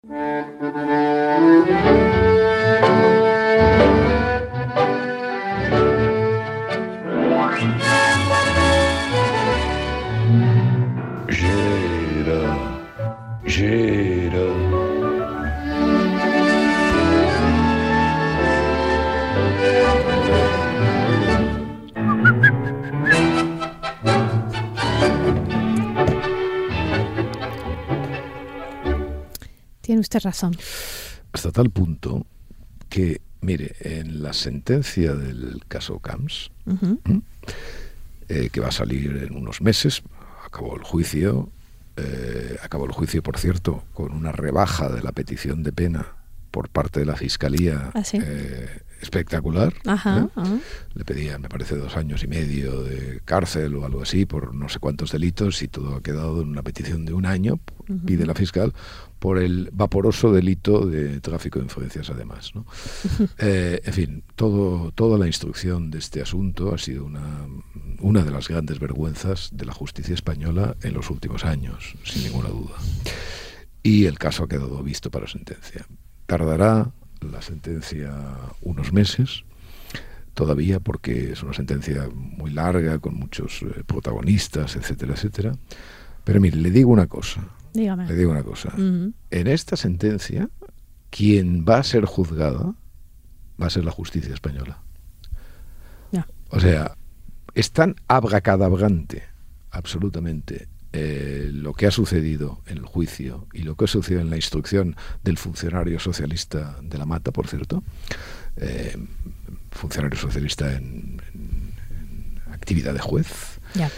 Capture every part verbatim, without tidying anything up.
Tiene usted razón. Hasta tal punto que, mire, en la sentencia del caso Camps, uh-huh. eh, que va a salir en unos meses, acabó el juicio, eh, acabó el juicio, por cierto, con una rebaja de la petición de pena por parte de la Fiscalía. ¿Ah, sí? eh, espectacular. Ajá, ¿eh? ajá. Le pedían, me parece, dos años y medio de cárcel o algo así por no sé cuántos delitos, y todo ha quedado en una petición de un año, uh-huh. pide la fiscal, por el vaporoso delito de tráfico de influencias, además, ¿no? eh, en fin, todo, toda la instrucción de este asunto ha sido una, una de las grandes vergüenzas de la justicia española en los últimos años, sin ninguna duda. Y el caso ha quedado visto para sentencia. Tardará la sentencia unos meses todavía, porque es una sentencia muy larga, con muchos eh, protagonistas, etcétera, etcétera. Pero mire, le digo una cosa. Dígame. Le digo una cosa. Uh-huh. En esta sentencia, quien va a ser juzgada va a ser la justicia española. Yeah. O sea, es tan abracadabrante, absolutamente, eh, lo que ha sucedido en el juicio y lo que ha sucedido en la instrucción del funcionario socialista de La Mata, por cierto, eh, funcionario socialista en, en, en actividad de juez, yeah.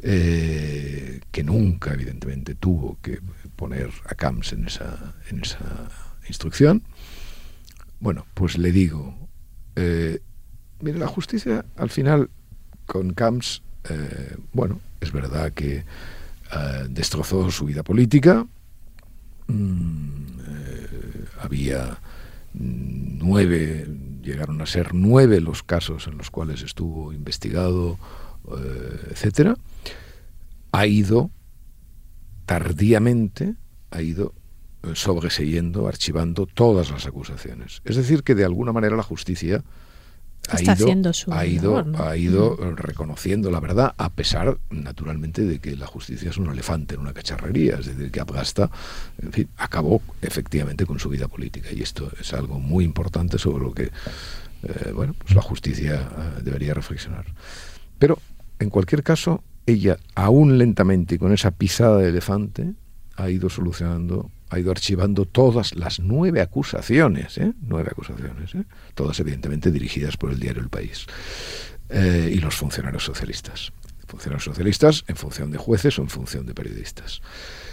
eh, que nunca, evidentemente, tuvo que poner a Camps en esa, en esa instrucción. Bueno, pues le digo, eh, mire, la justicia al final con Camps, eh, bueno, es verdad que Uh, destrozó su vida política. Mm, eh, había nueve, llegaron a ser nueve los casos en los cuales estuvo investigado, eh, etcétera. Ha ido tardíamente, ha ido eh, sobreseyendo, archivando todas las acusaciones. Es decir, que de alguna manera la justicia Ha Está ido, haciendo su ha ido, labor, ¿no? ha ido mm. reconociendo la verdad, a pesar, naturalmente, de que la justicia es un elefante en una cacharrería, es decir, que Apgasta, en fin, acabó efectivamente con su vida política, y esto es algo muy importante sobre lo que, eh, bueno, pues la justicia eh, debería reflexionar. Pero, en cualquier caso, ella, aún lentamente y con esa pisada de elefante, ha ido solucionando, ha ido archivando todas las nueve acusaciones, ¿eh? nueve acusaciones, ¿eh? todas evidentemente dirigidas por el diario El País, eh, y los funcionarios socialistas. Funcionarios socialistas en función de jueces o en función de periodistas.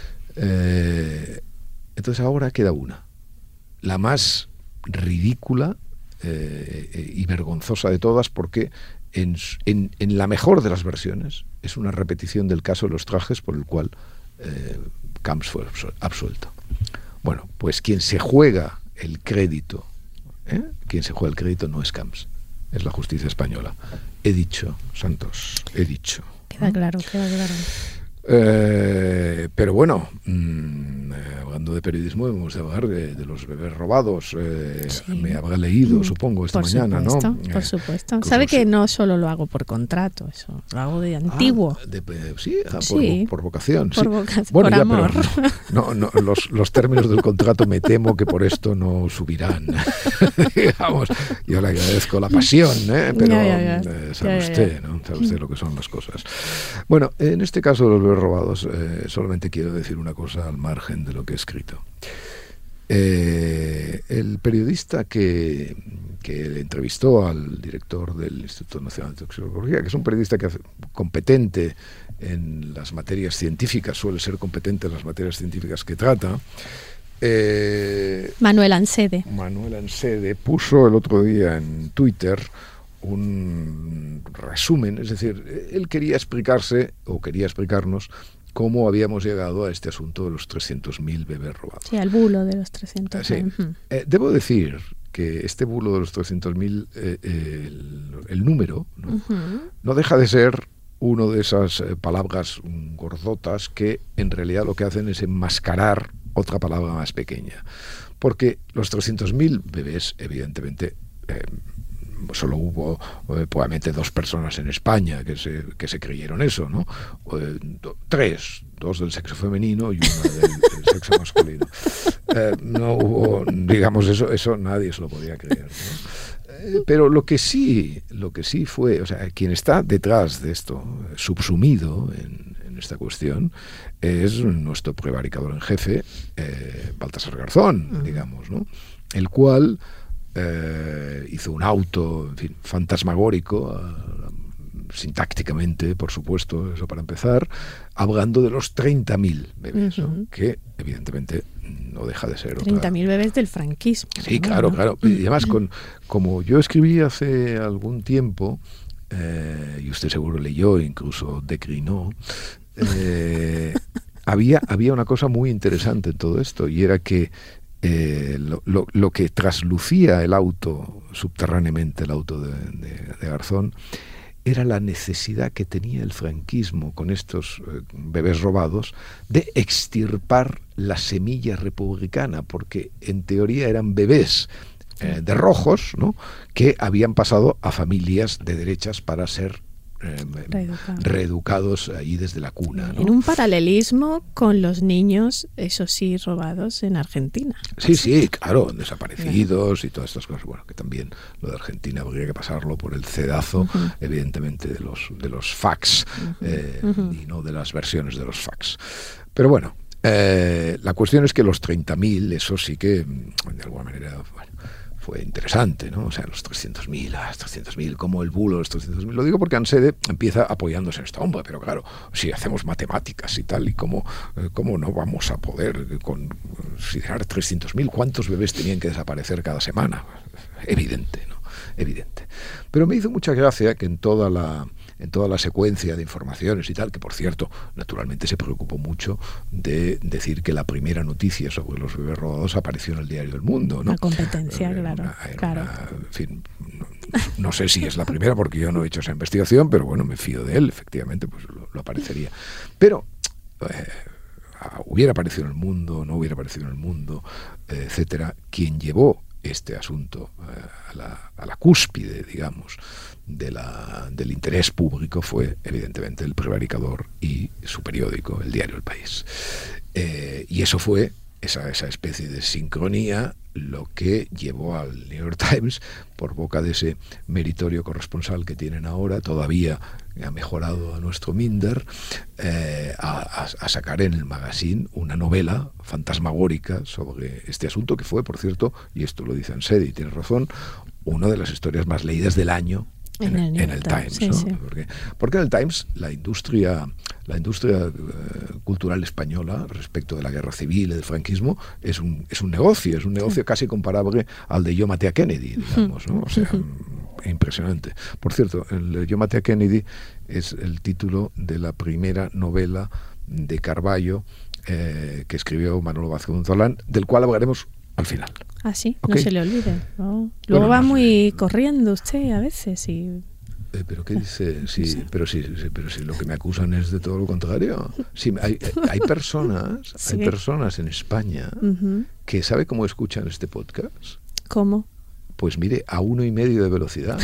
Eh, entonces ahora queda una, la más ridícula eh, y vergonzosa de todas, porque en, en, en la mejor de las versiones es una repetición del caso de los trajes por el cual eh, Camps fue absuelto. Bueno, pues quien se juega el crédito, ¿eh? quien se juega el crédito no es Camps, es la justicia española. He dicho, Santos, he dicho. Queda claro, queda claro. Eh, pero bueno, mmm, hablando de periodismo, hemos de hablar de, de los bebés robados. Eh, sí. Me habrá leído, supongo, esta por mañana, supuesto, ¿no? Por eh, supuesto. Sabe que no solo lo hago por contrato, eso, lo hago de antiguo. Ah, de, sí, ah, sí, por, por vocación. Por, sí. voca bueno, por ya, amor. Pero no, no, los, los términos del contrato me temo que por esto no subirán. Digamos, yo le agradezco la pasión, ¿eh? Pero ya, ya, ya. Eh, sabe ya, ya, usted, ya. ¿no? Sabe usted lo que son las cosas. Bueno, en este caso de los bebés robados, eh, solamente quiero decir una cosa al margen de lo que he escrito. Eh, el periodista que, que entrevistó al director del Instituto Nacional de Toxicología, que es un periodista que hace, competente en las materias científicas, suele ser competente en las materias científicas que trata, eh, Manuel Ansede. Manuel Ansede puso el otro día en Twitter un resumen, es decir, él quería explicarse, o quería explicarnos, cómo habíamos llegado a este asunto de los trescientos mil bebés robados. Sí, al bulo de los trescientos mil. Sí. Eh, debo decir que este bulo de los trescientos mil, eh, eh, el, el número, ¿no? Uh-huh. no deja de ser uno de esas eh, palabras gordotas que en realidad lo que hacen es enmascarar otra palabra más pequeña. Porque los trescientos mil bebés, evidentemente, eh, solo hubo eh, probablemente dos personas en España que se, que se creyeron eso, ¿no? Eh, do, tres, dos del sexo femenino y una del, del sexo masculino. Eh, no hubo, digamos, eso, eso nadie se lo podía creer, ¿no? Eh, pero lo que sí, lo que sí fue, o sea, quien está detrás de esto, subsumido en, en esta cuestión, es nuestro prevaricador en jefe, eh, Baltasar Garzón, uh-huh. digamos, ¿no? El cual Eh, hizo un auto, en fin, fantasmagórico, uh, sintácticamente, por supuesto, eso para empezar, hablando de los treinta mil bebés, uh-huh. ¿no? Que evidentemente no deja de ser treinta mil bebés del franquismo. Sí, ¿no? claro, claro. Y además, con, como yo escribí hace algún tiempo, eh, y usted seguro leyó, incluso declinó, eh, había, había una cosa muy interesante en todo esto, y era que Eh, lo, lo, lo que traslucía el auto subterráneamente, el auto de, de, de Garzón, era la necesidad que tenía el franquismo con estos eh, bebés robados de extirpar la semilla republicana, porque en teoría eran bebés eh, de rojos, ¿no?, que habían pasado a familias de derechas para ser Eh, Reeducado. reeducados ahí desde la cuna, ¿no? En un paralelismo con los niños, eso sí, robados en Argentina. Sí, sí, claro, desaparecidos y todas estas cosas. Bueno, que también lo de Argentina habría que pasarlo por el cedazo, uh-huh. evidentemente, de los, de los fax, uh-huh. Eh, uh-huh. y no de las versiones de los fax. Pero bueno, eh, la cuestión es que los treinta mil, eso sí que, de alguna manera, bueno, fue interesante, ¿no? O sea, los trescientos mil, ah, trescientos mil, como el bulo de los trescientos mil. Lo digo porque Ansede empieza apoyándose en esta hombre, pero claro, si hacemos matemáticas y tal, ¿y cómo, eh, cómo no vamos a poder considerar trescientos mil? ¿Cuántos bebés tenían que desaparecer cada semana? Evidente, ¿no? Evidente. Pero me hizo mucha gracia que en toda la... en toda la secuencia de informaciones y tal, que por cierto, naturalmente se preocupó mucho de decir que la primera noticia sobre los bebés robados apareció en el diario El Mundo, ¿no? La competencia, era claro. Una, claro. Una, en fin, no, no sé si es la primera porque yo no he hecho esa investigación, pero bueno, me fío de él, efectivamente, pues lo, lo aparecería. Pero eh, hubiera aparecido en El Mundo, no hubiera aparecido en El Mundo, eh, etcétera, quien llevó este asunto eh, a, la, a la cúspide, digamos, de la, del interés público fue evidentemente el prevaricador y su periódico, el diario El País. Eh, y eso fue esa, esa especie de sincronía lo que llevó al New York Times, por boca de ese meritorio corresponsal que tienen ahora, todavía ha mejorado a nuestro Minder, eh, a, a, a sacar en el magazine una novela fantasmagórica sobre este asunto, que fue, por cierto, y esto lo dice Ansede y tiene razón, una de las historias más leídas del año en, en el, en el Times, sí, ¿no? Sí. Porque, porque en el Times la industria, la industria uh, cultural española respecto de la guerra civil y del franquismo es un, es un negocio, es un negocio sí. casi comparable al de Yo maté a Kennedy, digamos, ¿no? O sea, impresionante. Por cierto, el Yo maté a Kennedy es el título de la primera novela de Carballo eh, que escribió Manolo Vázquez Montalbán, del cual hablaremos al final. Ah, sí, okay. No se le olvide. No. Luego bueno, va no muy sé. corriendo usted a veces y... Eh, pero qué dice, sí, sí. pero sí, sí, pero sí, lo que me acusan es de todo lo contrario. Sí, hay, hay personas, sí. hay personas en España uh-huh. que ¿sabe cómo escuchan este podcast? ¿Cómo? Pues mire, a uno y medio de velocidad.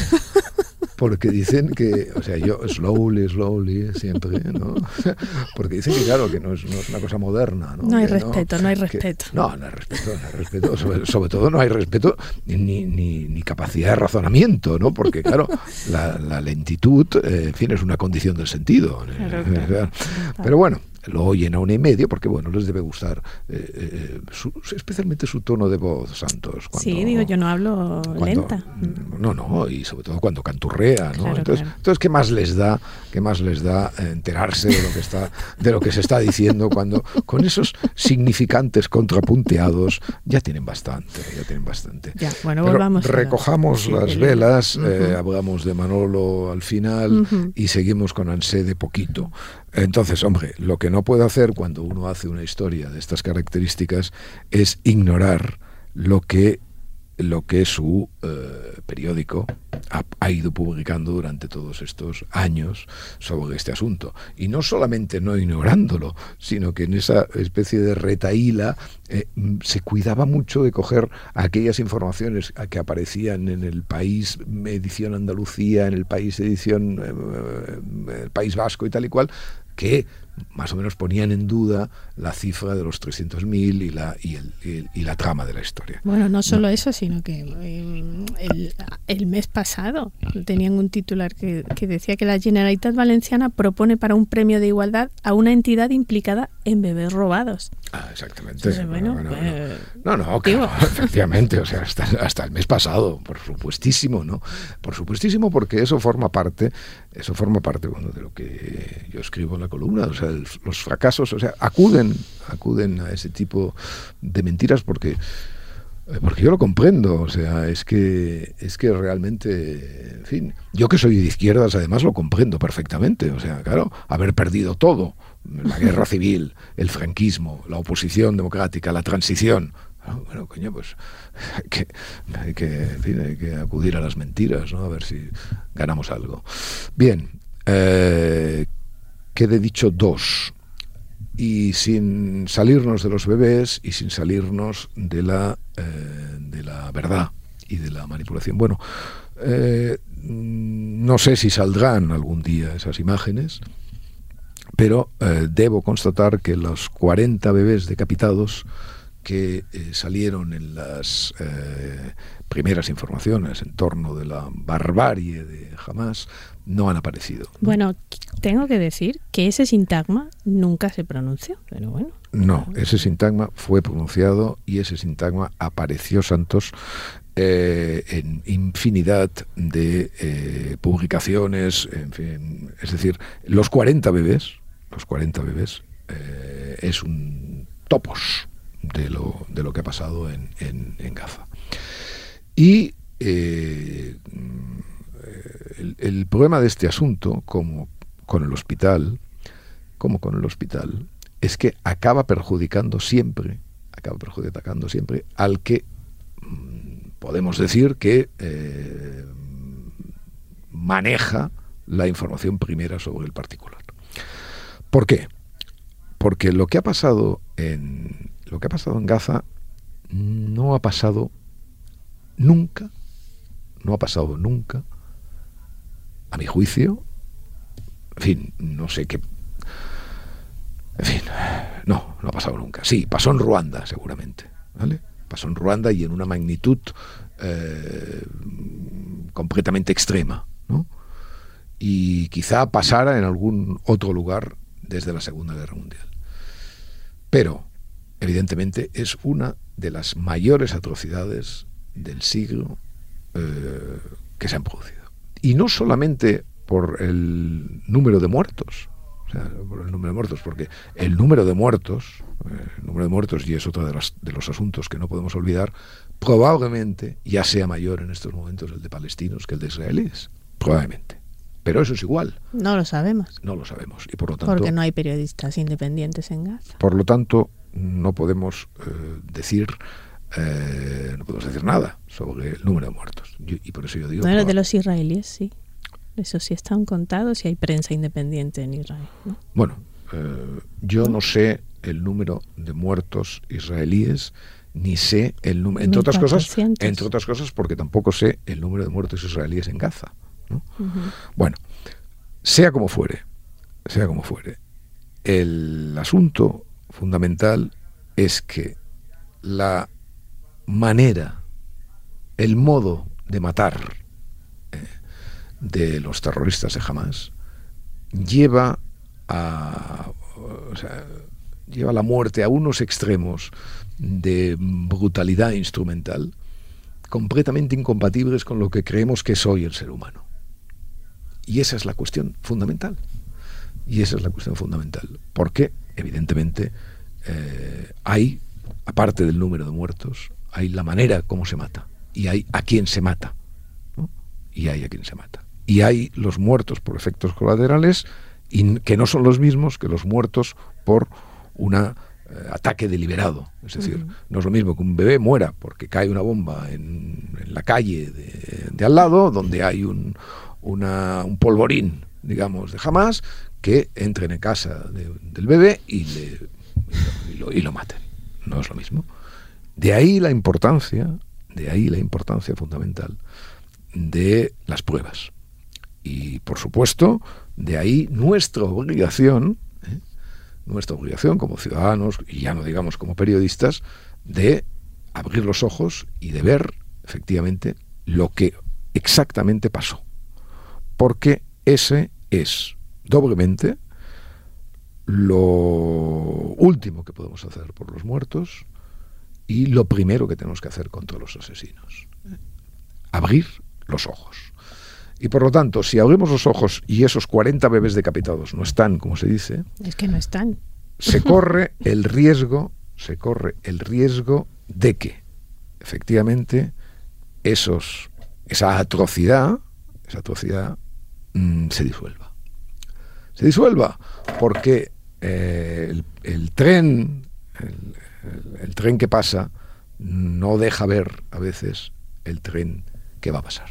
Porque dicen que, o sea, yo slowly, slowly, siempre, ¿no? Porque dicen que, claro, que no es, no es una cosa moderna, ¿no? No hay que respeto, no, no hay respeto. Que, no, no hay respeto, no hay respeto. Sobre, sobre todo no hay respeto ni, ni, ni capacidad de razonamiento, ¿no? Porque, claro, la, la lentitud, eh, en fin, es una condición del sentido. Claro, claro. Pero bueno, lo oyen a una y medio porque, bueno, les debe gustar eh, eh, su, especialmente su tono de voz, Santos. Cuando, sí, digo, yo no hablo cuando, lenta. No, no, y sobre todo cuando canturrea, ¿no? Claro, entonces, claro. entonces, ¿qué más les da, qué más les da enterarse de lo que está, de lo que se está diciendo cuando con esos significantes contrapunteados ya tienen bastante, ya tienen bastante. Ya, bueno, Pero volvamos. recojamos sí, las el... velas, uh-huh. eh, hablamos de Manolo al final uh-huh. y seguimos con Ansede poquito. Entonces, hombre, lo que no puede hacer cuando uno hace una historia de estas características es ignorar lo que lo que su eh, periódico ha, ha ido publicando durante todos estos años sobre este asunto. Y no solamente no ignorándolo, sino que en esa especie de retahíla eh, se cuidaba mucho de coger aquellas informaciones que aparecían en el País edición Andalucía, en el País edición eh, el País Vasco y tal y cual, que más o menos ponían en duda la cifra de los trescientos mil y la, y, el, y, el, y la trama de la historia. Bueno, no solo no. eso, sino que eh, el, el mes pasado tenían un titular que, que decía que la Generalitat Valenciana propone para un premio de igualdad a una entidad implicada en bebés robados. Ah, exactamente. Entonces, bueno, bueno, bueno, eh, no, no, claro, efectivamente, o sea, hasta, hasta el mes pasado, por supuestísimo, ¿no? Por supuestísimo, porque eso forma parte, eso forma parte, bueno, de lo que yo escribo en la columna, o sea, el, los fracasos, o sea, acuden, acuden a ese tipo de mentiras porque porque yo lo comprendo, o sea, es que es que realmente, en fin, yo que soy de izquierdas además lo comprendo perfectamente, o sea, claro, haber perdido todo, la guerra civil, el franquismo, la oposición democrática, la transición, bueno, coño, pues hay que, hay que, en fin, hay que acudir a las mentiras, ¿no? A ver si ganamos algo. Bien, eh, quede dicho dos, y sin salirnos de los bebés y sin salirnos de la eh, de la verdad y de la manipulación. Bueno, eh, no sé si saldrán algún día esas imágenes, pero eh, debo constatar que los cuarenta bebés decapitados que eh, salieron en las eh, primeras informaciones en torno de la barbarie de Hamás no han aparecido. Bueno, tengo que decir que ese sintagma nunca se pronunció, pero bueno. No, ese sintagma fue pronunciado y ese sintagma apareció, Santos, eh, en infinidad de eh, publicaciones, en fin, es decir, los cuarenta bebés, los cuarenta bebés, eh, es un topos de lo, de lo que ha pasado en, en, en Gaza. Y eh, el, el problema de este asunto, como con el hospital, como con el hospital, es que acaba perjudicando siempre, acaba perjudicando siempre al que mmm, podemos decir que eh, maneja la información primera sobre el particular. ¿Por qué? Porque lo que ha pasado en lo que ha pasado en Gaza no ha pasado nunca, no ha pasado nunca, a mi juicio, en fin, no sé qué, en fin, no, no ha pasado nunca. Sí, pasó en Ruanda, seguramente, ¿vale? Pasó en Ruanda y en una magnitud eh, completamente extrema, ¿no? Y quizá pasara en algún otro lugar desde la Segunda Guerra Mundial. Pero, evidentemente, es una de las mayores atrocidades del siglo eh, que se han producido. Y no solamente por el número de muertos, o sea, por el número de muertos, porque el número de muertos, eh, el número de muertos, y es otro de, las, de los asuntos que no podemos olvidar, probablemente ya sea mayor en estos momentos el de palestinos que el de israelíes, probablemente. Pero eso es igual. No lo sabemos. No lo sabemos. Y por lo tanto, porque no hay periodistas independientes en Gaza. Por lo tanto, no podemos eh, decir eh, no podemos decir nada sobre el número de muertos. Yo, y por eso yo digo... Bueno, pero, de los israelíes sí. Eso sí están contados y hay prensa independiente en Israel, ¿no? Bueno, eh, yo ¿no? no sé el número de muertos israelíes, ni sé el número... Entre otras cosas, entre otras cosas porque tampoco sé el número de muertos israelíes en Gaza, ¿no? Uh-huh. Bueno, sea como fuere, sea como fuere, el asunto fundamental es que la manera, el modo de matar eh, de los terroristas de Hamás lleva a, o sea, lleva a la muerte a unos extremos de brutalidad instrumental completamente incompatibles con lo que creemos que es hoy el ser humano. Y esa es la cuestión fundamental. Y esa es la cuestión fundamental. Porque, evidentemente, eh, hay, aparte del número de muertos, hay la manera como se mata. Y hay a quién se mata, ¿no? Y hay a quién se mata. Y hay los muertos por efectos colaterales y que no son los mismos que los muertos por una eh, ataque deliberado. Es decir, Uh-huh. no es lo mismo que un bebé muera porque cae una bomba en, en la calle de, de al lado, donde hay un, una, un polvorín, digamos, de Hamás, que entren en casa de, del bebé y, le, y, lo, y lo maten. No es lo mismo. De ahí la importancia, de ahí la importancia fundamental de las pruebas. Y, por supuesto, de ahí nuestra obligación, ¿eh? nuestra obligación como ciudadanos, y ya no digamos como periodistas, de abrir los ojos y de ver, efectivamente, lo que exactamente pasó. Porque ese es doblemente lo último que podemos hacer por los muertos y lo primero que tenemos que hacer contra los asesinos. Abrir los ojos. Y por lo tanto, si abrimos los ojos y esos cuarenta bebés decapitados no están, como se dice, es que no están, se corre el riesgo, se corre el riesgo de que efectivamente esos, esa atrocidad, esa atrocidad mmm, se disuelva. Se disuelva porque eh, el, el tren, el, el, el tren que pasa no deja ver a veces el tren que va a pasar.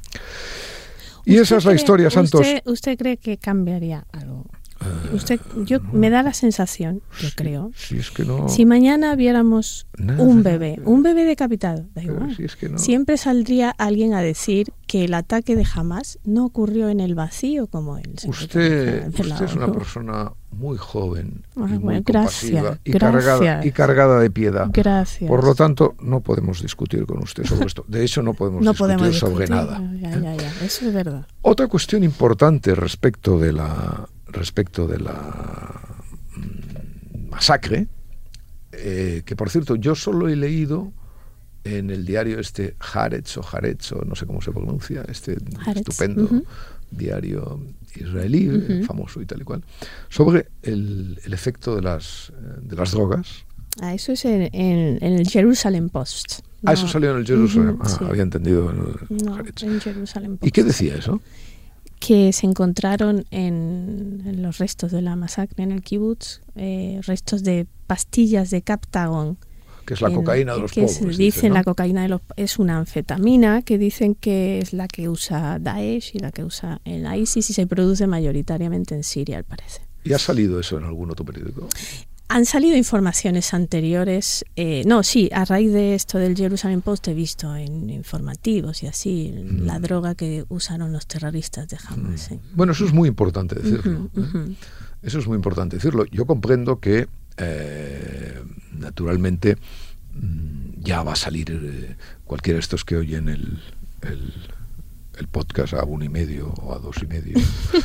Y esa es la cree, historia, Santos. ¿Usted, usted cree que cambiaría algo? Usted, yo no, me da la sensación, yo sí, creo, si, es que no, si mañana viéramos nada, un bebé, un bebé decapitado, da igual, si es que no. siempre saldría alguien a decir que el ataque de Hamás no ocurrió en el vacío como él. Usted, usted es una persona muy joven ah, y bueno, muy gracias, compasiva y gracias. cargada, y cargada de piedad. Gracias. Por lo tanto, no podemos discutir con usted sobre esto. De hecho, no podemos no discutir podemos sobre discutir. nada. Ya, ya, ya. Eso es verdad. Otra cuestión importante respecto de la respecto de la mmm, masacre, eh, que por cierto yo solo he leído en el diario este Haaretz o Haaretz o no sé cómo se pronuncia, este Haaretz. estupendo uh-huh. diario israelí, uh-huh. famoso y tal y cual, sobre el, el efecto de las, de las drogas. Ah, eso es en, en, en el Jerusalem Post. No. Ah, eso salió en el Jerusalem. Uh-huh, ah, sí. Había entendido. En el no, Haaretz. en Jerusalem Post. ¿Y qué decía eso? Que se encontraron en, en los restos de la masacre en el kibutz eh, restos de pastillas de Captagon, que es la en, cocaína de los que pobres. Se dicen dice, ¿no? La cocaína de los es una anfetamina que dicen que es la que usa Daesh y la que usa el ISIS y se produce mayoritariamente en Siria, al parecer. ¿Y ha salido eso en algún otro periódico? Han salido informaciones anteriores, eh, no, sí, a raíz de esto del Jerusalem Post he visto en informativos y así mm. la droga que usaron los terroristas de Hamas. Mm. Sí. Bueno, eso es muy importante decirlo. Uh-huh, uh-huh. ¿eh? Eso es muy importante decirlo. Yo comprendo que, eh, naturalmente, ya va a salir eh, cualquiera de estos que oyen el, el, el podcast a uno y medio o a dos y medio,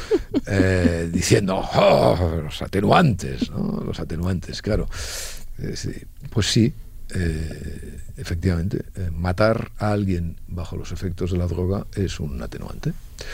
eh, diciendo, oh, los atenuantes, ¿no? Los atenuantes, claro. Eh, sí, pues sí, eh, efectivamente, eh, matar a alguien bajo los efectos de la droga es un atenuante.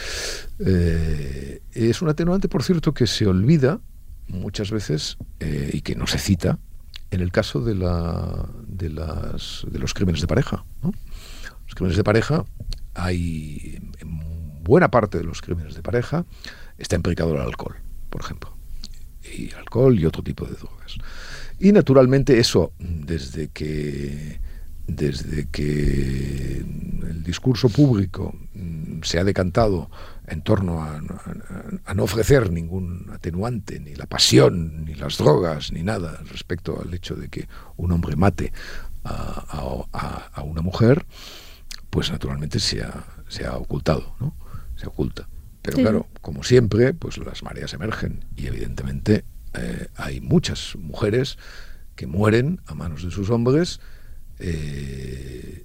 Eh, es un atenuante, por cierto, que se olvida muchas veces eh, y que no se cita en el caso de, la, de, las, de los crímenes de pareja, ¿no? Los crímenes de pareja, hay en buena parte de los crímenes de pareja está implicado el alcohol, por ejemplo, y alcohol y otro tipo de drogas. Y naturalmente eso, desde que desde que el discurso público se ha decantado en torno a, a, a no ofrecer ningún atenuante, ni la pasión, ni las drogas, ni nada respecto al hecho de que un hombre mate a, a, a una mujer, pues naturalmente se ha, se ha ocultado, ¿no? Se oculta. Pero sí. Claro, como siempre, pues las mareas emergen y evidentemente eh, hay muchas mujeres que mueren a manos de sus hombres eh,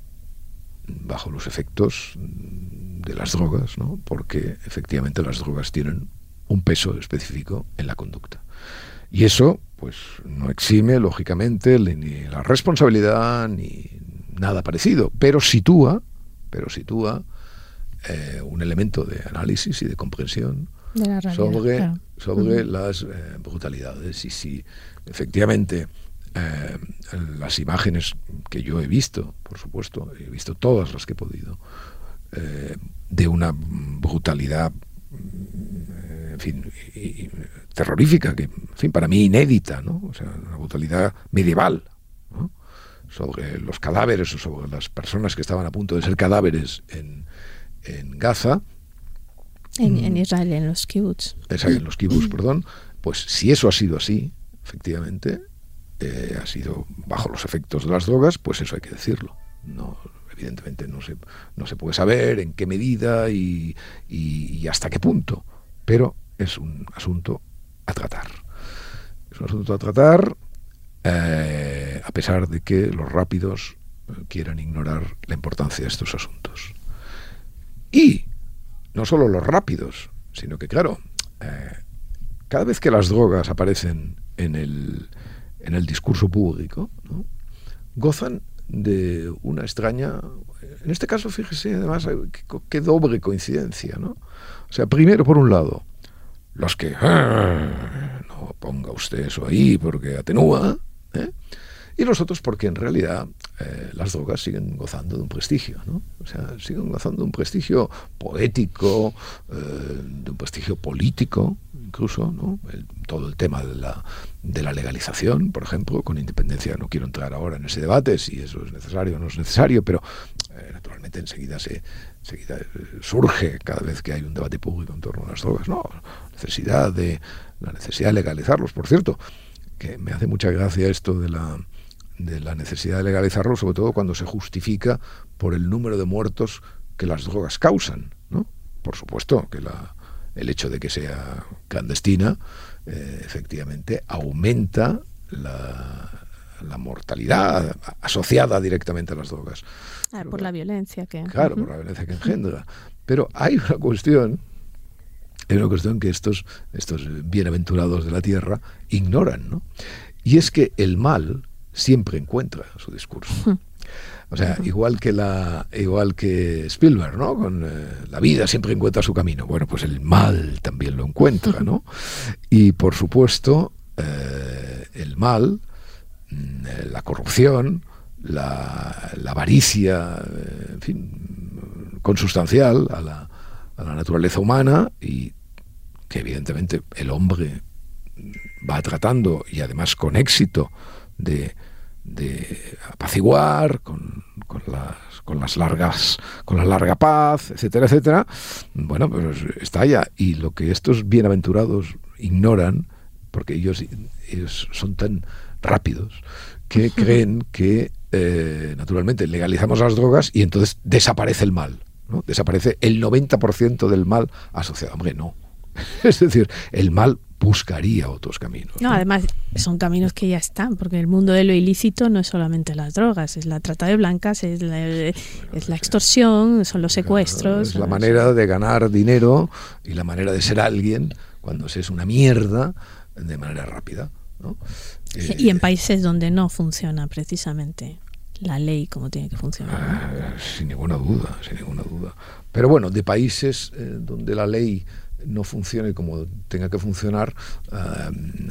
bajo los efectos de las drogas, ¿no? Porque efectivamente las drogas tienen un peso específico en la conducta. Y eso, pues, no exime, lógicamente, ni la responsabilidad ni nada parecido, pero sitúa, pero sitúa eh, un elemento de análisis y de comprensión de la realidad, sobre, claro. sobre uh-huh. las eh, brutalidades. Y si efectivamente eh, las imágenes que yo he visto, por supuesto, he visto todas las que he podido, eh, de una brutalidad eh, en fin, y, y terrorífica, que, en fin, para mí inédita, ¿no? O sea, una brutalidad medieval, ¿no? Sobre los cadáveres o sobre las personas que estaban a punto de ser cadáveres en, en Gaza. En, en Israel, en los kibbutz. En los kibbutz, perdón. Pues si eso ha sido así, efectivamente, eh, ha sido bajo los efectos de las drogas, pues eso hay que decirlo. No, evidentemente no se, no se puede saber en qué medida y, y, y hasta qué punto, pero es un asunto a tratar. Es un asunto a tratar, eh, a pesar de que los rápidos quieran ignorar la importancia de estos asuntos. Y no solo los rápidos, sino que, claro, eh, cada vez que las drogas aparecen en el, en el discurso público, ¿no?, gozan de una extraña... En este caso, fíjese, además, qué, qué doble coincidencia, ¿no? O sea, primero, por un lado, los que... Ah, no ponga usted eso ahí porque atenúa, ¿eh? Y los otros porque en realidad eh, las drogas siguen gozando de un prestigio, ¿no? O sea, siguen gozando de un prestigio poético, eh, de un prestigio político, incluso, ¿no? El, todo el tema de la, de la legalización, por ejemplo, con independencia, no quiero entrar ahora en ese debate, si eso es necesario o no es necesario, pero eh, naturalmente enseguida se enseguida surge cada vez que hay un debate público en torno a las drogas, ¿no? Necesidad de, la necesidad de legalizarlos, por cierto, que me hace mucha gracia esto de la de la necesidad de legalizarlo, sobre todo cuando se justifica por el número de muertos que las drogas causan, ¿no? Por supuesto que la, el hecho de que sea clandestina eh, efectivamente aumenta la, la mortalidad asociada directamente a las drogas. Ah, por la violencia que... Claro, uh-huh. por la violencia que engendra. Pero hay una cuestión, hay una cuestión que estos, estos bienaventurados de la tierra ignoran, ¿no? Y es que el mal siempre encuentra su discurso. O sea, igual que la igual que Spielberg, ¿no? Con eh, la vida siempre encuentra su camino. Bueno, pues el mal también lo encuentra, ¿no? Y por supuesto, eh, el mal, la corrupción, la, la avaricia, eh, en fin, consustancial a la, a la naturaleza humana, y que evidentemente el hombre va tratando, y además con éxito, de, de apaciguar con, con las con las largas con la larga paz, etcétera, etcétera. Bueno, pues está allá. Y lo que estos bienaventurados ignoran, porque ellos, ellos son tan rápidos, que creen que eh, naturalmente legalizamos las drogas y entonces desaparece el mal, ¿no? Desaparece el noventa por ciento del mal asociado. Hombre, no. Es decir, el mal buscaría otros caminos. No, ¿no? Además, son caminos que ya están, porque el mundo de lo ilícito no es solamente las drogas, es la trata de blancas, es la, bueno, es la extorsión, son los secuestros. Es la manera de ganar dinero y la manera de ser alguien cuando se es una mierda de manera rápida, ¿no? Eh, y en países donde no funciona precisamente la ley como tiene que funcionar, ¿no? Ah, sin ninguna duda, sin ninguna duda. Pero bueno, de países eh, donde la ley no funcione como tenga que funcionar, uh,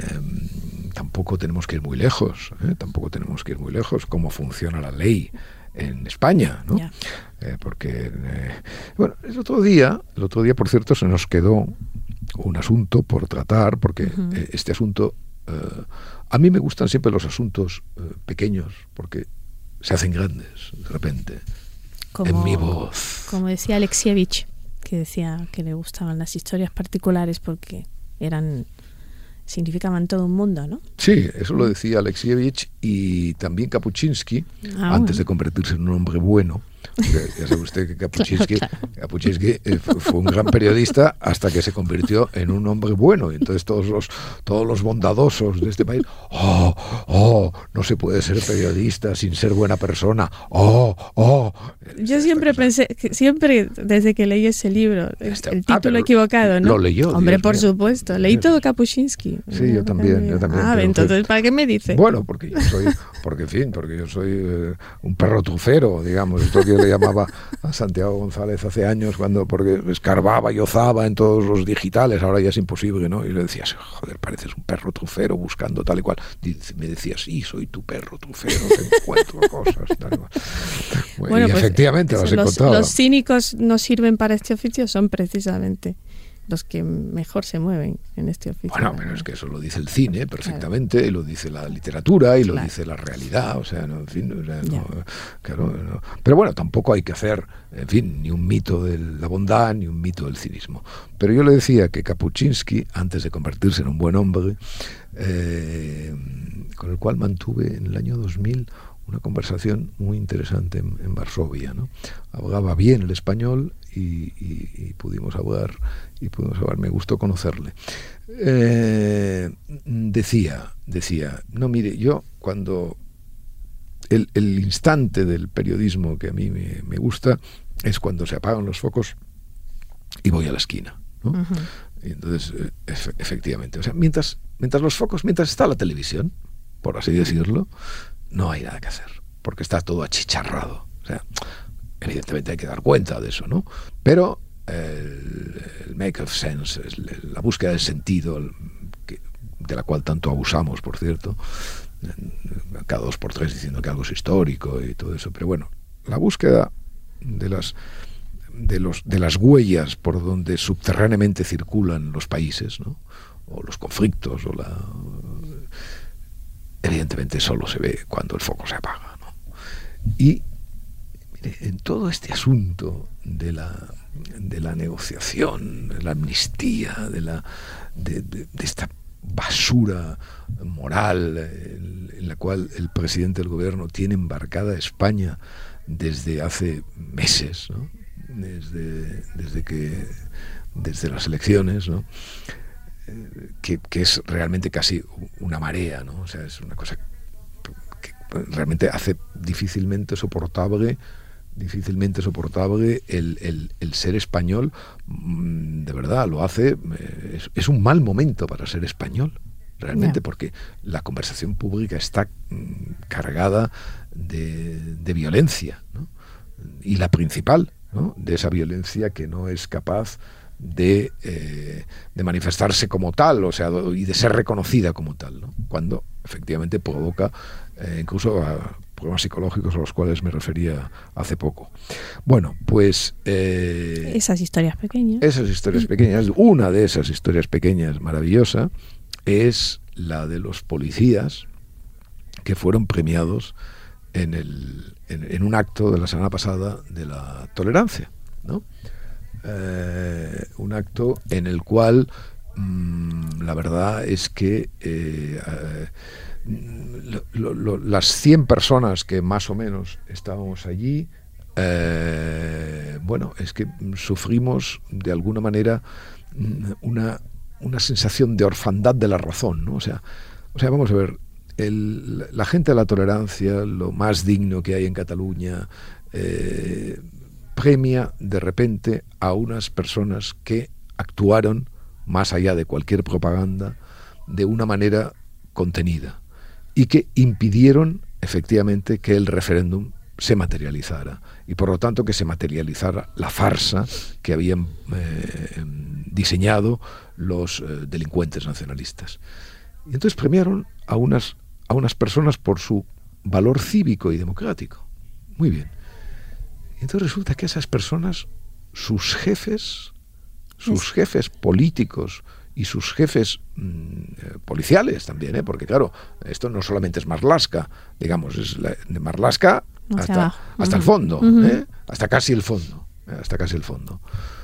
um, tampoco tenemos que ir muy lejos, ¿eh? tampoco tenemos que ir muy lejos cómo funciona la ley en España, ¿no? Yeah. Eh, porque, eh, bueno, el otro día, el otro día, por cierto, se nos quedó un asunto por tratar, porque uh-huh. eh, este asunto, uh, a mí me gustan siempre los asuntos uh, pequeños, porque se hacen grandes, de repente, como, en mi voz. Como decía Alexievich, que decía que le gustaban las historias particulares porque eran significaban todo un mundo, ¿no? Sí, eso lo decía Alexievich y también Kapuscinski, ah, antes bueno. de convertirse en un hombre bueno. Ya sabe usted que Kapuscinski, claro, claro. Kapuscinski eh, fue un gran periodista hasta que se convirtió en un hombre bueno. Y entonces todos los, todos los bondadosos de este país, oh, oh, no se puede ser periodista sin ser buena persona, oh, oh. Yo siempre cosa. pensé, que siempre desde que leí ese libro, este, el título ah, equivocado, ¿no? Lo leyó. Hombre, Dios por mío. supuesto, leí todo Kapuscinski. Sí, yo también, yo también. Ah, entonces, ¿para qué me dice? Bueno, porque yo soy, porque en fin, porque yo soy eh, un perro trucero, digamos, esto que le llamaba a Santiago González hace años, cuando porque escarbaba y ozaba en todos los digitales, ahora ya es imposible, ¿no? Y le decías, joder, pareces un perro trufero buscando tal y cual. Y me decía, sí, soy tu perro trufero, te encuentro cosas, tal y cual. Bueno, bueno, y pues, efectivamente las los, encontraba. Los cínicos no sirven para este oficio, son precisamente los que mejor se mueven en este oficio. Bueno, pero es que eso lo dice el cine perfectamente, claro. Y lo dice la literatura, y claro. Lo dice la realidad, o sea, no, en fin, o sea, no, claro, no. Pero bueno, tampoco hay que hacer, en fin, ni un mito de la bondad, ni un mito del cinismo. Pero yo le decía que Kapuscinski, antes de convertirse en un buen hombre, eh, con el cual mantuve en el año dos mil una conversación muy interesante en, en Varsovia, ¿no? Hablaba bien el español y, y, y pudimos hablar, y pudimos hablar, me gustó conocerle. Eh, decía, decía, no, mire, yo cuando el, el instante del periodismo que a mí me, me gusta es cuando se apagan los focos y voy a la esquina, ¿no? Uh-huh. Y entonces, efe, efectivamente, o sea, mientras, mientras los focos, mientras está la televisión, por así decirlo, no hay nada que hacer, porque está todo achicharrado. O sea, evidentemente hay que dar cuenta de eso, ¿no? Pero el, el make of sense, el, la búsqueda del sentido, el, que, de la cual tanto abusamos, por cierto, cada dos por tres diciendo que algo es histórico y todo eso, pero bueno, la búsqueda de las de los de las huellas por donde subterráneamente circulan los países, ¿no? O los conflictos, o la evidentemente solo se ve cuando el foco se apaga, ¿no? Y mire, en todo este asunto de la de la negociación, de la amnistía, de la de, de, de esta basura moral en, en la cual el presidente del gobierno tiene embarcada a España desde hace meses, ¿no? Desde desde que desde las elecciones, ¿no? Que, que es realmente casi una marea, ¿no? O sea, es una cosa que realmente hace difícilmente soportable, difícilmente soportable el, el, el ser español. De verdad, lo hace, es, es un mal momento para ser español, realmente, yeah. Porque la conversación pública está cargada de, de violencia, ¿no? Y la principal, ¿no? De esa violencia que no es capaz de, eh, de manifestarse como tal, o sea, y de ser reconocida como tal, ¿no? Cuando efectivamente provoca eh, incluso a problemas psicológicos a los cuales me refería hace poco. Bueno, pues eh, esas historias pequeñas. Esas historias pequeñas, una de esas historias pequeñas maravillosa es la de los policías que fueron premiados en, el, en, en un acto de la semana pasada de la tolerancia, ¿no? Eh, un acto en el cual mmm, la verdad es que eh, eh, lo, lo, las cien personas que más o menos estábamos allí, eh, bueno, es que sufrimos de alguna manera una, una sensación de orfandad de la razón, ¿no? O sea, o sea, vamos a ver, el, la gente de la tolerancia, lo más digno que hay en Cataluña, eh, premia de repente a unas personas que actuaron más allá de cualquier propaganda de una manera contenida y que impidieron efectivamente que el referéndum se materializara y por lo tanto que se materializara la farsa que habían eh, diseñado los eh, delincuentes nacionalistas. Y entonces premiaron a unas, a unas personas por su valor cívico y democrático. Muy bien. Entonces resulta que esas personas, sus jefes, sus jefes políticos y sus jefes mmm, policiales también, ¿eh? Porque claro, esto no solamente es Marlaska, digamos, es la, de Marlaska hasta, hasta uh-huh. el fondo, uh-huh. ¿eh? hasta casi el fondo, ¿eh? hasta casi el fondo.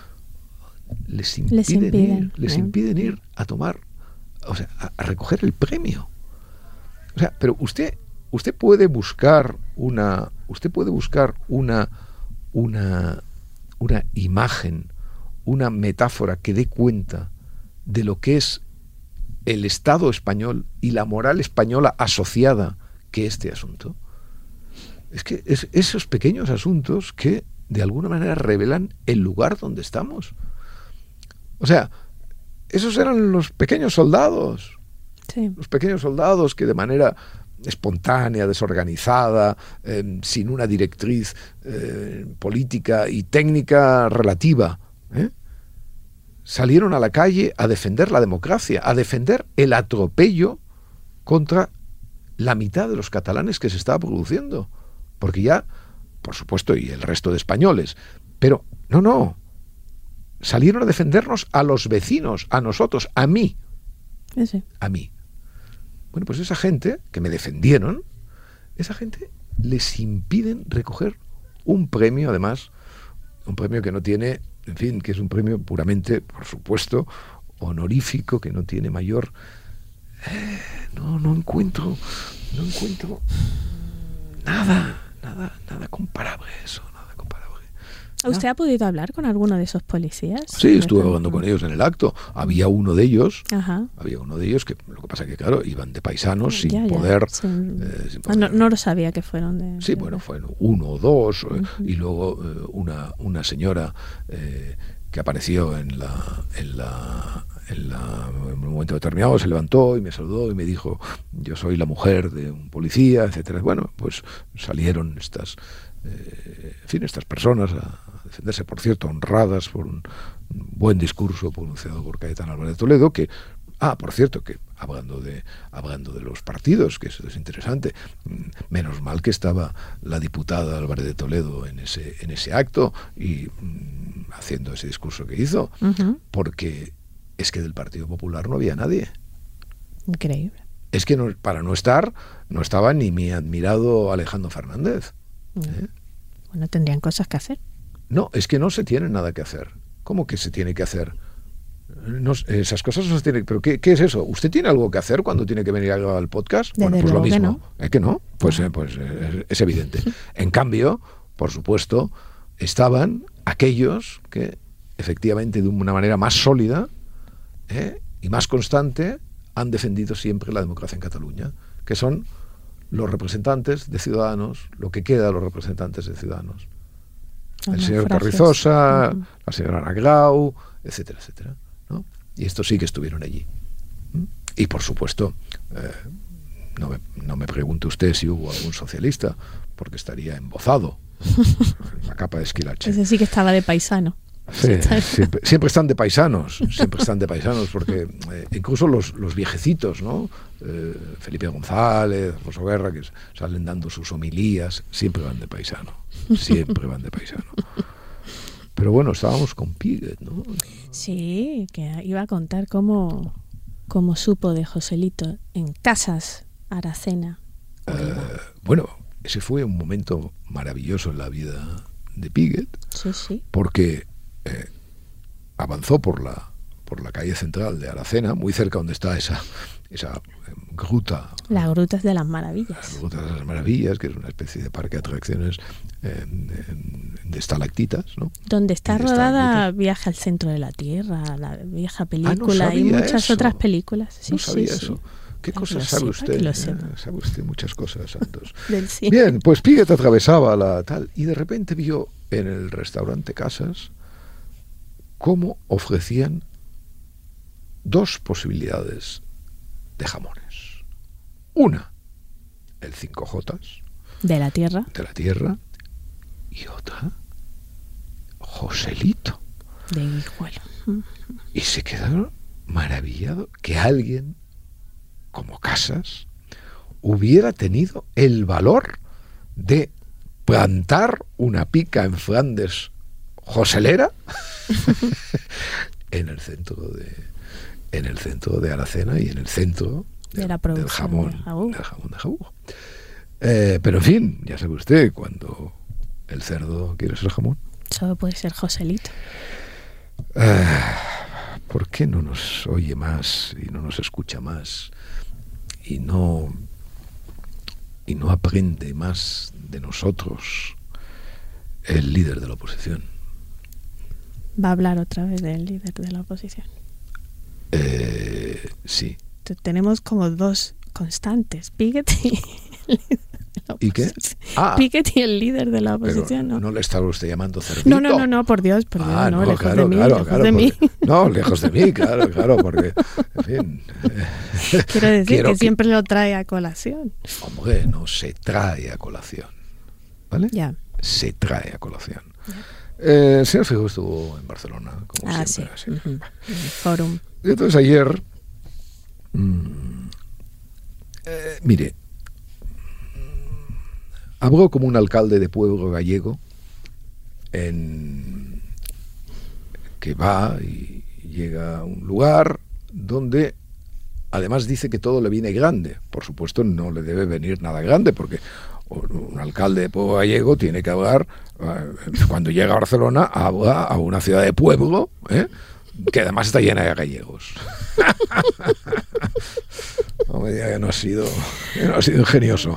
Les impiden, les impiden, ir, les ¿eh? impiden ir a tomar, o sea, a, a recoger el premio. O sea, pero usted, usted puede buscar una, usted puede buscar una Una, una imagen, una metáfora que dé cuenta de lo que es el Estado español y la moral española asociada que este asunto. Es que es esos pequeños asuntos que de alguna manera revelan el lugar donde estamos. O sea, esos eran los pequeños soldados. Sí. Los pequeños soldados que de manera espontánea, desorganizada, eh, sin una directriz eh, política y técnica relativa, ¿eh? salieron a la calle a defender la democracia, a defender el atropello contra la mitad de los catalanes que se estaba produciendo. Porque ya, por supuesto, y el resto de españoles, pero no, no, salieron a defendernos a los vecinos, a nosotros, a mí. Ese. A mí. Bueno, pues esa gente que me defendieron, esa gente les impiden recoger un premio, además, un premio que no tiene, en fin, que es un premio puramente, por supuesto, honorífico, que no tiene mayor... Eh, no, no encuentro, no encuentro nada, nada, nada comparable a eso. ¿Usted ha podido hablar con alguno de esos policías? Sí, estuve hablando con ellos en el acto. Había uno de ellos, Ajá. había uno de ellos que lo que pasa es que claro, iban de paisanos sin, ya, ya, poder, sin... Eh, sin poder. Ah, no, no lo sabía que fueron de. Sí, de... bueno, fueron uno o dos uh-huh. y luego eh, una una señora eh, que apareció en la en la en, la, en un momento determinado se levantó y me saludó y me dijo: yo soy la mujer de un policía, etcétera. Bueno, pues salieron estas eh, en fin, estas personas a defenderse, por cierto, honradas por un buen discurso pronunciado por Cayetano Álvarez de Toledo, que, ah, por cierto, que hablando de hablando de los partidos, que eso es interesante, menos mal que estaba la diputada Álvarez de Toledo en ese en ese acto y mm, haciendo ese discurso que hizo, uh-huh. porque es que del Partido Popular no había nadie. Increíble. Es que no, para no estar, no estaba ni mi admirado Alejandro Fernández. Uh-huh. ¿Eh? Bueno, tendrían cosas que hacer. No, es que no se tiene nada que hacer. ¿Cómo que se tiene que hacer? No, esas cosas no se tienen. ¿Pero qué, qué es eso? ¿Usted tiene algo que hacer cuando tiene que venir al podcast? Desde bueno, pues lo mismo. Que no. ¿Es que no? Pues, eh, pues eh, es evidente. En cambio, por supuesto, estaban aquellos que efectivamente de una manera más sólida eh, y más constante han defendido siempre la democracia en Cataluña, que son los representantes de Ciudadanos, lo que queda de los representantes de Ciudadanos. El Unas señor frases. Carrizosa, uh-huh. la señora Ana Grau, etcétera, etcétera, ¿no? Y estos sí que estuvieron allí. ¿Mm? Y por supuesto, eh, no, me, no me pregunte usted si hubo algún socialista, porque estaría embozado en la capa de esquilache. Ese sí que estaba de paisano. Sí, siempre, siempre están de paisanos, siempre están de paisanos, porque eh, incluso los, los viejecitos, ¿no? Eh, Felipe González, Alfonso Guerra, que salen dando sus homilías, siempre van de paisano, siempre van de paisano. Pero bueno, estábamos con Piguet, ¿no? Sí, que iba a contar cómo, cómo supo de Joselito en Casas Aracena. Eh, bueno, ese fue un momento maravilloso en la vida de Piguet, sí, sí. porque Eh, avanzó por la por la calle central de Aracena, muy cerca donde está esa esa eh, gruta. La Gruta de las Maravillas. La Gruta de las Maravillas, que es una especie de parque de atracciones eh, de estalactitas, ¿no? Donde está rodada Viaje al Centro de la Tierra, la vieja película ah, no y muchas eso. otras películas. Sí, no sabía sí, eso. Sí. ¿Qué para cosas sabe sepa, usted? Eh, sabe usted muchas cosas, Santos. Del cine. Bien, pues Piguet atravesaba la tal y de repente vio en el restaurante Casas cómo ofrecían dos posibilidades de jamones. Una, el cinco jotas. De la tierra. De la tierra. Y otra, Joselito. De Guijuelo. Y se quedaron maravillados que alguien como Casas hubiera tenido el valor de plantar una pica en Flandes joselera en el centro de en el centro de Aracena y en el centro de, de la del jamón de Jabugo. del jamón de Jabugo. Eh, pero en fin, ya sabe usted, cuando el cerdo quiere ser jamón, solo puede ser Joselito. Eh, ¿por qué no nos oye más y no nos escucha más y no y no aprende más de nosotros el líder de la oposición? Va a hablar otra vez del líder de la oposición. Eh, sí. Tenemos como dos constantes, Piguet y el líder de la ¿Y qué? Ah, Piguet y el líder de la oposición. Pero ¿no? ¿no le estaba usted llamando cerdito? No, no, no, no, por Dios, por Dios, ah, no, no, lejos claro, de mí, claro, lejos claro, de mí. Porque, no, lejos de mí, claro, claro, porque, en fin. Quiero decir quiero que que siempre lo trae a colación. Hombre, no se trae a colación, ¿vale? Ya. Se trae a colación. Eh, el señor Feijóo estuvo en Barcelona, como ah, siempre. Sí. Sí. Uh-huh. Fórum. Y entonces ayer, mmm, eh, mire, habló como un alcalde de pueblo gallego en, que va y llega a un lugar donde además dice que todo le viene grande. Por supuesto, no le debe venir nada grande, porque un alcalde de pueblo gallego tiene que hablar, cuando llega a Barcelona, habla a una ciudad de pueblo, ¿eh? que además está llena de gallegos. No me diga que no ha sido, que no ha sido ingenioso.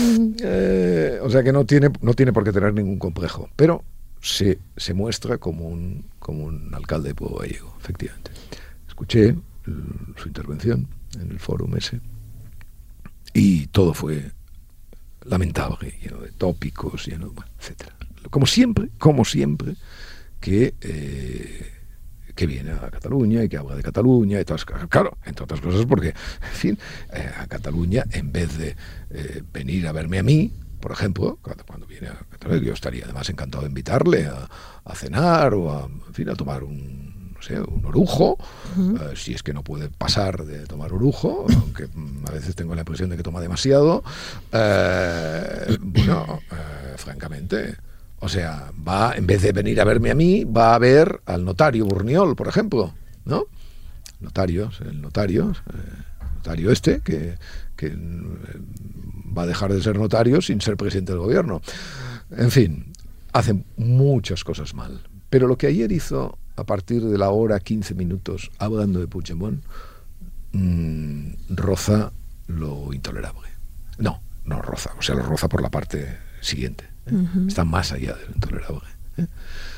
Eh, o sea que no tiene, no tiene por qué tener ningún complejo, pero se, se muestra como un, como un alcalde de pueblo gallego, efectivamente. Escuché el, su intervención en el fórum ese y todo fue lamentable, lleno de tópicos, lleno, bueno, etcétera. Como siempre, como siempre, que eh, que viene a Cataluña y que habla de Cataluña y todas las cosas. Claro, entre otras cosas porque, en fin, eh, a Cataluña, en vez de eh, venir a verme a mí, por ejemplo, cuando, cuando viene a Cataluña, yo estaría además encantado de invitarle a, a cenar o a, en fin, a tomar un, no sé, un orujo, uh-huh. eh, si es que no puede pasar de tomar orujo, aunque a veces tengo la impresión de que toma demasiado. Eh, bueno, eh, francamente... O sea, va, en vez de venir a verme a mí, va a ver al notario Burniol, por ejemplo, ¿no? Notarios, el notario, eh, notario este, que, que va a dejar de ser notario sin ser presidente del gobierno. En fin, hacen muchas cosas mal. Pero lo que ayer hizo, a partir de la hora quince minutos, hablando de Puigdemont, mmm, roza lo intolerable. No, no roza, o sea, lo roza por la parte siguiente. ¿Eh? Uh-huh. Está más allá de lo intolerable. ¿Eh?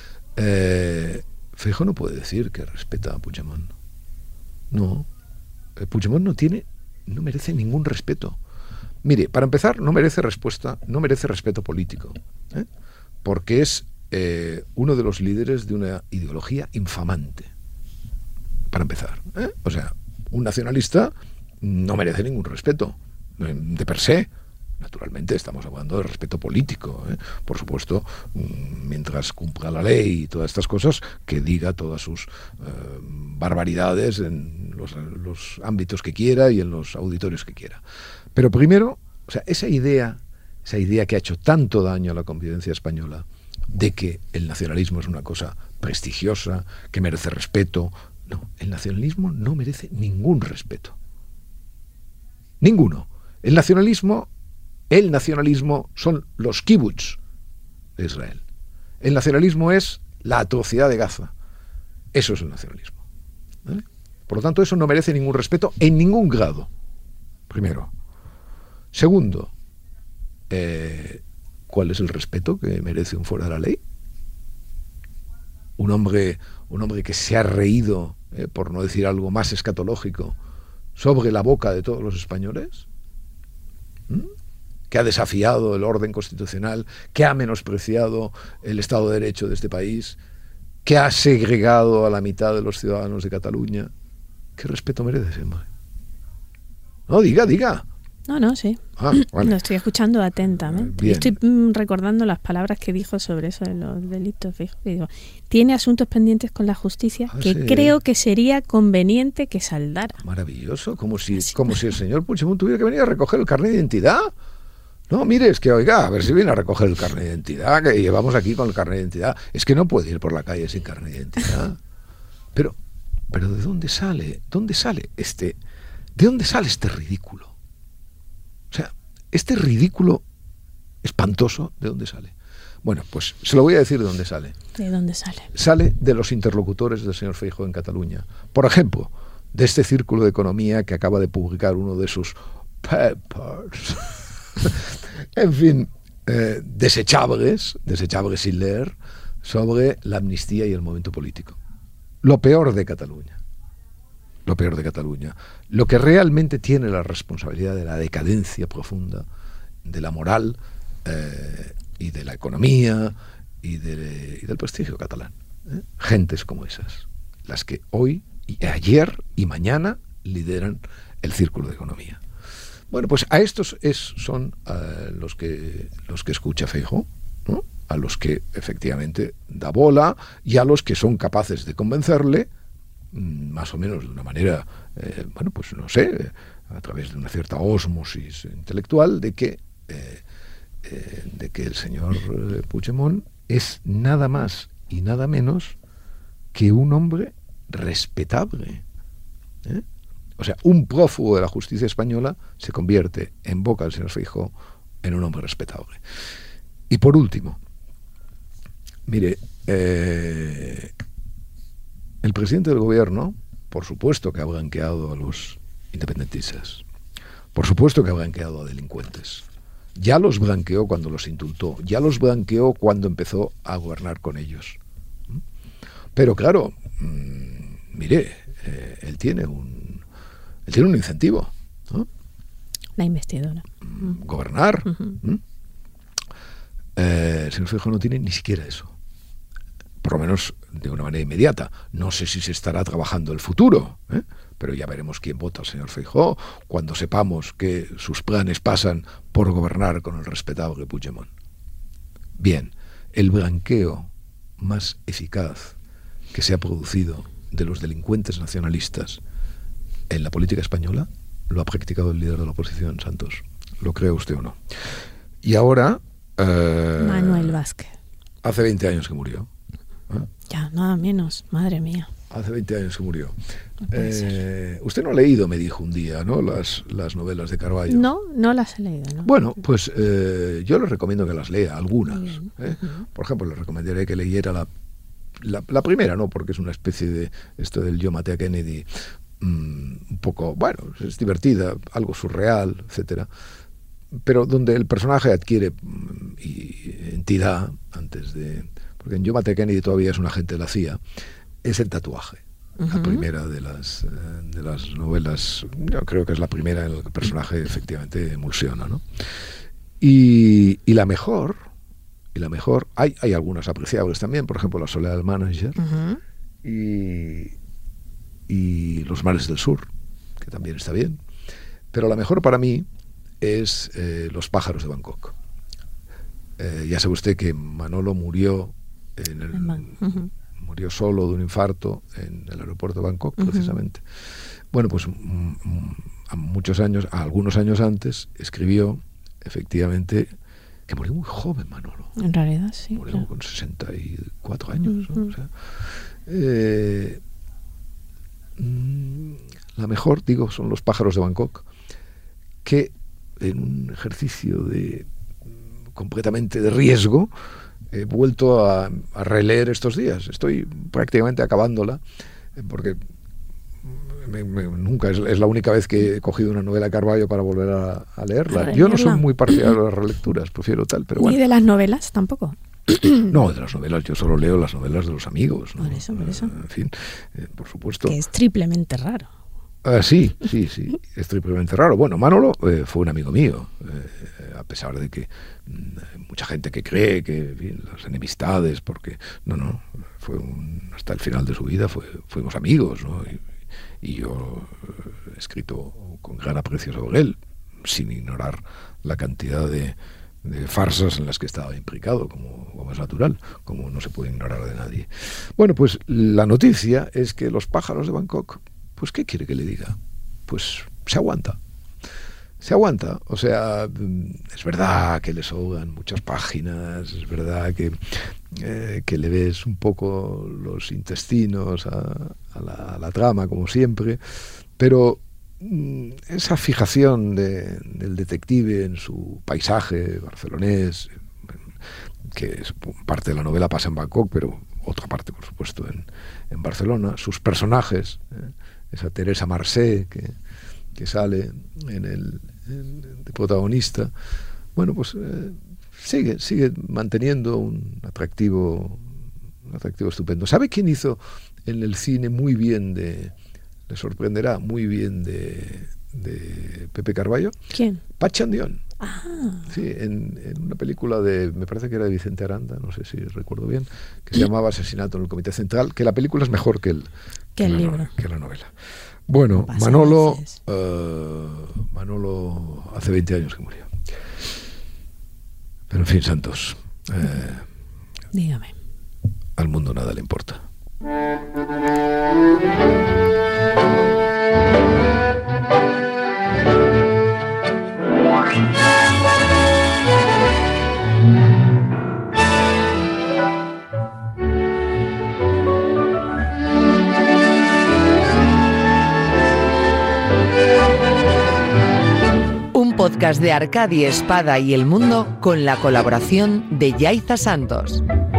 Eh, Feijóo no puede decir que respeta a Puigdemont. No. Eh, Puigdemont no tiene, no merece ningún respeto. Mire, para empezar, no merece respuesta, no merece respeto político, ¿eh? porque es eh, uno de los líderes de una ideología infamante. Para empezar, ¿eh? O sea, un nacionalista no merece ningún respeto, de per se. Naturalmente estamos hablando de respeto político, ¿eh? Por supuesto, mientras cumpla la ley y todas estas cosas, que diga todas sus eh, barbaridades en los, los ámbitos que quiera y en los auditorios que quiera. Pero primero, o sea, esa idea, esa idea que ha hecho tanto daño a la convivencia española, de que el nacionalismo es una cosa prestigiosa, que merece respeto. No, el nacionalismo no merece ningún respeto. Ninguno. El nacionalismo... El nacionalismo son los kibbutz de Israel. El nacionalismo es la atrocidad de Gaza. Eso es el nacionalismo. ¿Vale? Por lo tanto, eso no merece ningún respeto en ningún grado. Primero. Segundo, eh, ¿cuál es el respeto que merece un fuera de la ley? Un hombre, un hombre que se ha reído, eh, por no decir algo más escatológico, sobre la boca de todos los españoles. ¿Mm? Que ha desafiado el orden constitucional, que ha menospreciado el Estado de Derecho de este país, que ha segregado a la mitad de los ciudadanos de Cataluña. ¿Qué respeto merece ese hombre? No, diga, diga. No, no, sí. Ah, vale. Lo estoy escuchando atentamente. Bien. Estoy mm, recordando las palabras que dijo sobre eso de los delitos. Digo, tiene asuntos pendientes con la justicia ah, que sí. creo que sería conveniente que saldara. Maravilloso, como si, como si el señor Puigdemont tuviera que venir a recoger el carnet de identidad. No, mire, es que, oiga, a ver si viene a recoger el carnet de identidad, que llevamos aquí con el carnet de identidad. Es que no puede ir por la calle sin carnet de identidad. Pero, pero ¿de dónde sale? ¿Dónde sale este? ¿De dónde sale este ridículo? O sea, este ridículo espantoso, ¿de dónde sale? Bueno, pues se lo voy a decir de dónde sale. ¿De dónde sale? Sale de los interlocutores del señor Feijóo en Cataluña. Por ejemplo, de este círculo de economía que acaba de publicar uno de sus papers. En fin, eh, desechables, desechables sin leer, sobre la amnistía y el momento político. Lo peor de Cataluña. Lo peor de Cataluña. Lo que realmente tiene la responsabilidad de la decadencia profunda, de la moral eh, y de la economía y, de, y del prestigio catalán. ¿eh? Gentes como esas, las que hoy, y ayer y mañana lideran el círculo de economía. Bueno, pues a estos es, son uh, los que los que escucha Feijóo, ¿no? A los que efectivamente da bola y a los que son capaces de convencerle, más o menos de una manera, eh, bueno, pues no sé, a través de una cierta ósmosis intelectual, de que, eh, eh, de que el señor Puigdemont es nada más y nada menos que un hombre respetable, ¿eh? O sea, un prófugo de la justicia española se convierte, en boca del señor Feijóo, en un hombre respetable. Y por último, mire, eh, el presidente del gobierno, por supuesto que ha blanqueado a los independentistas, por supuesto que ha blanqueado a delincuentes. Ya los blanqueó cuando los indultó, ya los blanqueó cuando empezó a gobernar con ellos. Pero claro, mmm, mire, eh, él tiene un él tiene un incentivo, ¿no? La investidura. Mm, gobernar. Uh-huh. ¿Mm? Eh, el señor Feijóo no tiene ni siquiera eso. Por lo menos de una manera inmediata. No sé si se estará trabajando el futuro, ¿eh? Pero ya veremos quién vota al señor Feijóo cuando sepamos que sus planes pasan por gobernar con el respetable Puigdemont. Bien, el blanqueo más eficaz que se ha producido de los delincuentes nacionalistas en la política española lo ha practicado el líder de la oposición, Santos. ¿Lo cree usted o no? Y ahora... Eh, Manuel Vázquez. Hace veinte años que murió. ¿Eh? Ya, nada menos, madre mía. Hace veinte años que murió. No puede eh, ser. Usted no ha leído, me dijo un día, ¿no? Las, las novelas de Carballo. No, no las he leído, ¿no? Bueno, pues eh, yo le recomiendo que las lea, algunas. ¿eh? Uh-huh. Por ejemplo, le recomendaría que leyera la, la, la primera, ¿no? Porque es una especie de esto del Yo maté a Kennedy, mmm, un poco, bueno, es divertida, algo surreal, etcétera, pero donde el personaje adquiere mmm, y, entidad antes de... Porque en Yo maté a Kennedy todavía es un agente de la C I A, es el tatuaje. Uh-huh. La primera de las, eh, de las novelas, yo creo que es la primera en la que el personaje efectivamente emulsiona, ¿no? Y, y la mejor, y la mejor, hay, hay algunas apreciables también, por ejemplo, La soledad del manager, uh-huh. y, y Los males del sur, que también está bien. Pero la mejor para mí es eh, Los pájaros de Bangkok. Eh, ya sabe usted que Manolo murió en el... Uh-huh. Murió solo de un infarto en el aeropuerto de Bangkok, uh-huh. precisamente. Bueno, pues m- m- a muchos años, a algunos años antes, escribió, efectivamente, que murió muy joven Manolo. En realidad, sí. Murió claro. con sesenta y cuatro años, uh-huh. ¿no? O sea, eh, mm, la mejor, digo, son Los pájaros de Bangkok, que en un ejercicio de completamente de riesgo, he vuelto a, a releer estos días. Estoy prácticamente acabándola, porque me, me, nunca es, es la única vez que he cogido una novela de Carballo para volver a, a leerla. ¿A yo no soy muy partidario de las relecturas, prefiero tal, pero bueno. ¿Ni de las novelas tampoco? No, de las novelas, yo solo leo las novelas de los amigos, ¿no? Por eso, por eso. En fin, eh, por supuesto. Que es triplemente raro. Ah, sí, sí, sí, es triplemente raro. Bueno, Manolo eh, fue un amigo mío, eh, a pesar de que mmm, mucha gente que cree que en fin, las enemistades, porque no, no, fue un, hasta el final de su vida fue, fuimos amigos, ¿no? Y, y yo eh, he escrito con gran aprecio sobre él, sin ignorar la cantidad de, de farsas en las que estaba implicado, como, como es natural, como no se puede ignorar de nadie. Bueno, pues la noticia es que Los pájaros de Bangkok, pues ¿qué quiere que le diga? Pues se aguanta. Se aguanta. O sea, es verdad que le sobran muchas páginas, es verdad que, eh, que le ves un poco los intestinos a, a, la, a la trama, como siempre, pero mm, esa fijación de, del detective en su paisaje barcelonés, que es, parte de la novela pasa en Bangkok, pero otra parte, por supuesto, en, en Barcelona, sus personajes, eh, esa Teresa Marcé que, que sale en el en, de protagonista, bueno, pues eh, sigue sigue manteniendo un atractivo un atractivo estupendo. ¿Sabe quién hizo en el cine muy bien de, le sorprenderá, muy bien de, de Pepe Carballo? ¿Quién? Patxi Andión. Ah. Sí, en, en una película de, me parece que era de Vicente Aranda, no sé si recuerdo bien, que se llamaba Asesinato en el Comité Central, que la película es mejor que el, que el la, libro. Que la novela. Bueno, no Manolo, uh, Manolo hace veinte años que murió. Pero en fin, Santos, eh, dígame. Al mundo nada le importa. podcast de Arcadi Espada y El Mundo con la colaboración de Yaiza Santos.